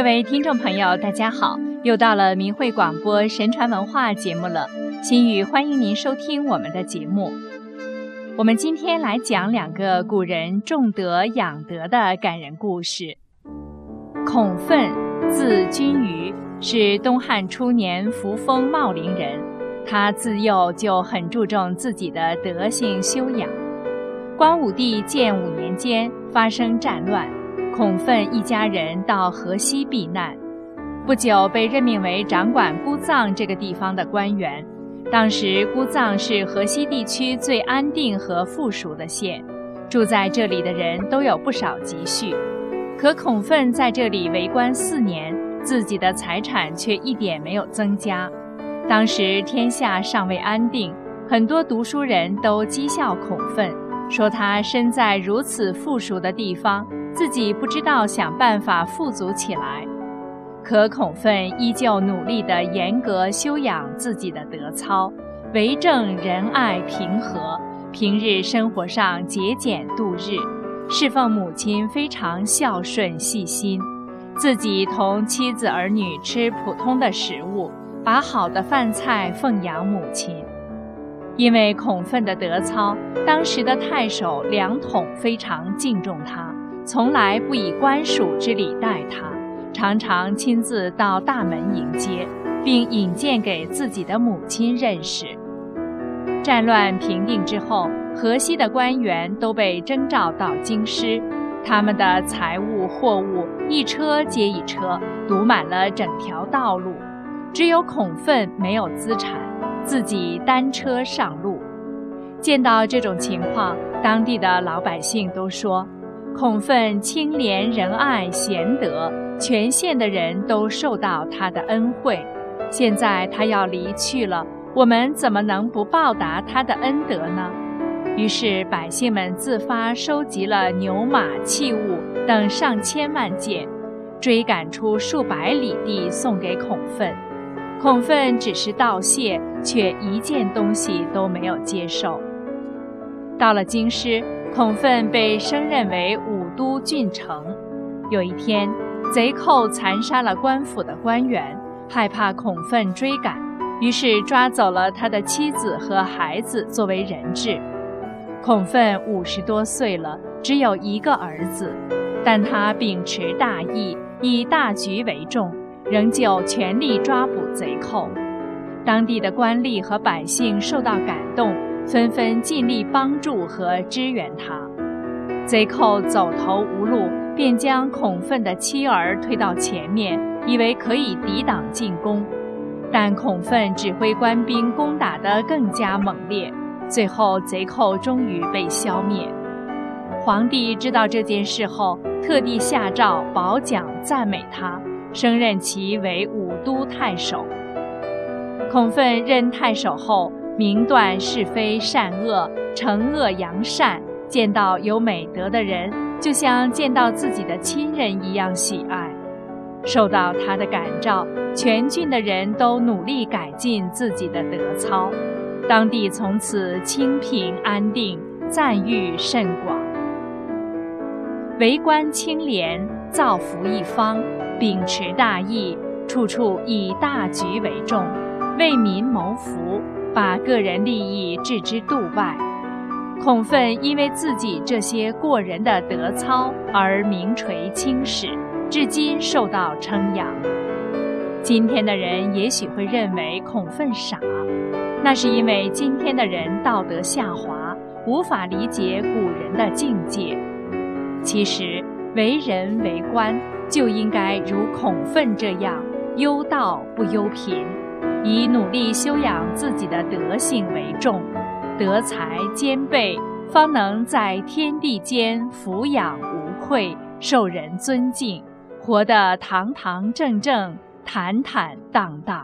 各位听众朋友，大家好，又到了明慧广播神传文化节目了。心语欢迎您收听我们的节目。我们今天来讲两个古人种德养德的感人故事。孔奋，字君瑜，是东汉初年扶风茂陵人。他自幼就很注重自己的德性修养。光武帝建5年间发生战乱，孔奋一家人到河西避难，不久被任命为掌管姑臧这个地方的官员。当时姑臧是河西地区最安定和富庶的县，住在这里的人都有不少积蓄。可孔奋在这里为官4年，自己的财产却一点没有增加。当时天下尚未安定，很多读书人都讥笑孔奋，说他身在如此富庶的地方，自己不知道想办法富足起来。可孔奋依旧努力地严格修养自己的德操，为政仁爱平和，平日生活上节俭度日，侍奉母亲非常孝顺细心，自己同妻子儿女吃普通的食物，把好的饭菜奉养母亲。因为孔奋的德操，当时的太守梁统非常敬重他，从来不以官属之礼待他，常常亲自到大门迎接，并引荐给自己的母亲认识。战乱平定之后，河西的官员都被征召到京师，他们的财物货物一车接一车，堵满了整条道路。只有孔奋没有资产，自己单车上路。见到这种情况，当地的老百姓都说，孔奋清廉仁爱贤德，全县的人都受到他的恩惠。现在他要离去了，我们怎么能不报答他的恩德呢？于是百姓们自发收集了牛马器物等上千万件，追赶出数百里地送给孔奋。孔奋只是道谢，却一件东西都没有接受。到了京师，孔奋被升任为武都郡丞。有一天，贼寇残杀了官府的官员，害怕孔奋追赶，于是抓走了他的妻子和孩子作为人质。孔奋50多岁了，只有一个儿子，但他秉持大义，以大局为重，仍旧全力抓捕贼寇。当地的官吏和百姓受到感动，纷纷尽力帮助和支援他。贼寇走投无路，便将孔奋的妻儿推到前面，以为可以抵挡进攻。但孔奋指挥官兵攻打得更加猛烈，最后贼寇终于被消灭。皇帝知道这件事后，特地下诏褒奖赞美他，升任其为武都太守。孔奋任太守后，明断是非善恶，惩恶扬善，见到有美德的人，就像见到自己的亲人一样喜爱。受到他的感召，全郡的人都努力改进自己的德操，当地从此清平安定，赞誉甚广。为官清廉，造福一方，秉持大义，处处以大局为重，为民谋福，把个人利益置之度外。孔奋因为自己这些过人的德操而名垂青史，至今受到称扬。今天的人也许会认为孔奋傻，那是因为今天的人道德下滑，无法理解古人的境界。其实为人为官，就应该如孔奋这样，忧道不忧贫，以努力修养自己的德性为重，德才兼备，方能在天地间俯仰无愧，受人尊敬，活得堂堂正正，坦坦荡荡。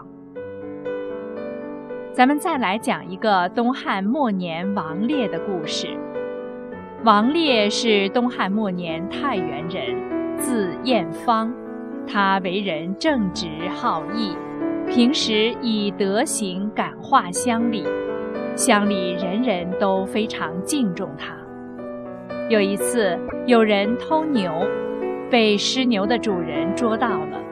咱们再来讲一个东汉末年王烈的故事。王烈是东汉末年太原人，字彦方，他为人正直好义，平时以德行感化乡里，乡里人人都非常敬重他。有一次，有人偷牛，被失牛的主人捉到了，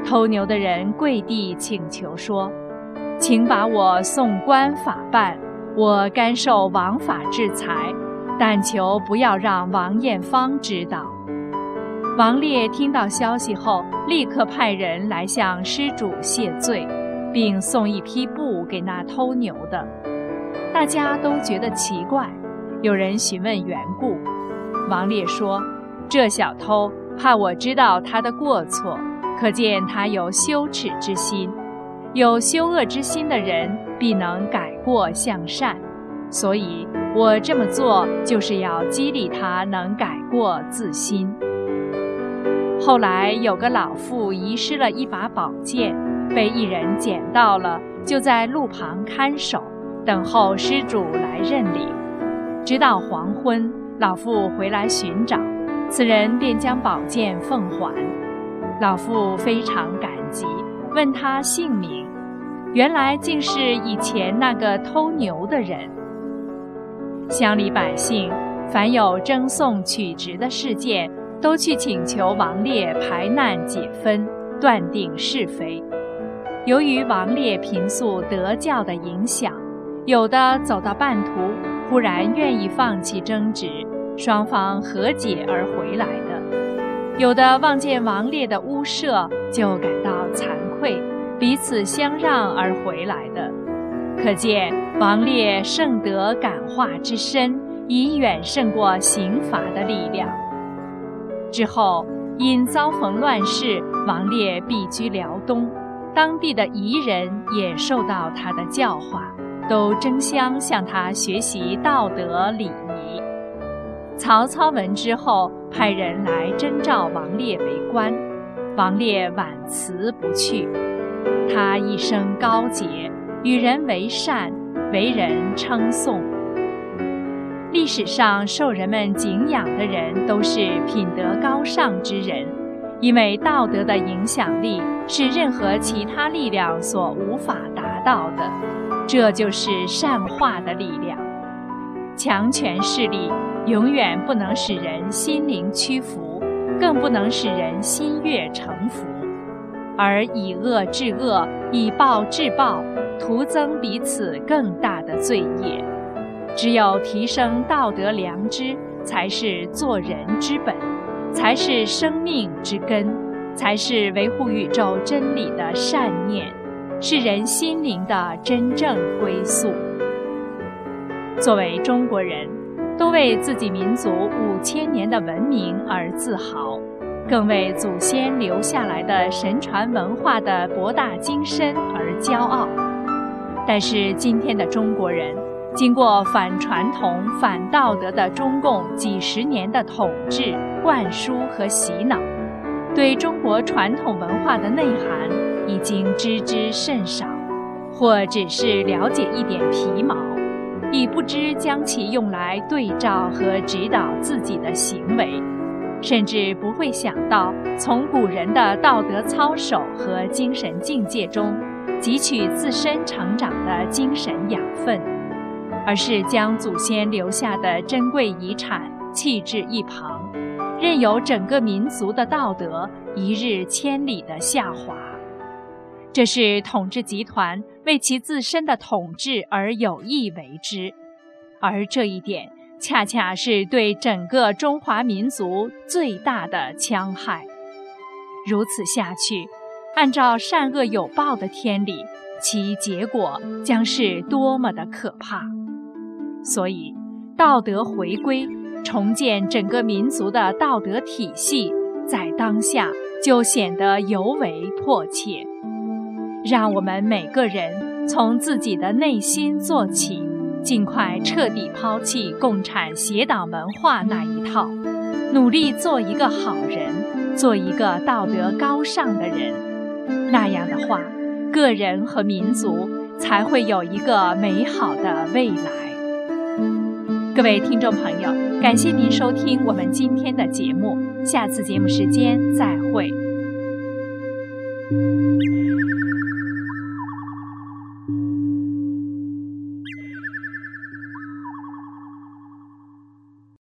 偷牛的人跪地请求说：“请把我送官法办，我甘受王法制裁，但求不要让王彦芳知道。”王烈听到消息后，立刻派人来向施主谢罪，并送一匹布给那偷牛的。大家都觉得奇怪，有人询问缘故。王烈说：“这小偷怕我知道他的过错，可见他有羞耻之心。有羞恶之心的人，必能改过向善。所以我这么做，就是要激励他能改过自新。”后来有个老妇遗失了一把宝剑，被一人捡到了，就在路旁看守，等候施主来认领。直到黄昏，老妇回来寻找，此人便将宝剑奉还。老妇非常感激，问他姓名，原来竟是以前那个偷牛的人。乡里百姓凡有争讼取职的事件，都去请求王烈排难解纷，断定是非。由于王烈平素德教的影响，有的走到半途，忽然愿意放弃争执，双方和解而回来的；有的望见王烈的屋舍，就感到惭愧，彼此相让而回来的。可见王烈圣德感化之深，已远胜过刑罚的力量。之后因遭逢乱世，王烈避居辽东，当地的彝人也受到他的教化，都争相向他学习道德礼仪。曹操闻之后，派人来征召王烈为官，王烈婉辞不去。他一生高洁，与人为善，为人称颂。历史上受人们敬仰的人，都是品德高尚之人，因为道德的影响力是任何其他力量所无法达到的，这就是善化的力量。强权势力永远不能使人心灵屈服，更不能使人心悦诚服，而以恶制恶，以暴制暴，徒增彼此更大的罪业。只有提升道德良知，才是做人之本，才是生命之根，才是维护宇宙真理的善念，是人心灵的真正归宿。作为中国人，都为自己民族5000年的文明而自豪，更为祖先留下来的神传文化的博大精深而骄傲。但是今天的中国人，经过反传统、反道德的中共几十年的统治、灌输和洗脑，对中国传统文化的内涵已经知之甚少，或只是了解一点皮毛，已不知将其用来对照和指导自己的行为，甚至不会想到从古人的道德操守和精神境界中汲取自身成长的精神养分，而是将祖先留下的珍贵遗产弃置一旁，任由整个民族的道德一日千里的下滑。这是统治集团为其自身的统治而有意为之，而这一点恰恰是对整个中华民族最大的戕害。如此下去，按照善恶有报的天理，其结果将是多么的可怕。所以道德回归，重建整个民族的道德体系，在当下就显得尤为迫切。让我们每个人从自己的内心做起，尽快彻底抛弃共产邪党文化那一套，努力做一个好人，做一个道德高尚的人。那样的话，个人和民族才会有一个美好的未来。各位听众朋友，感谢您收听我们今天的节目，下次节目时间再会。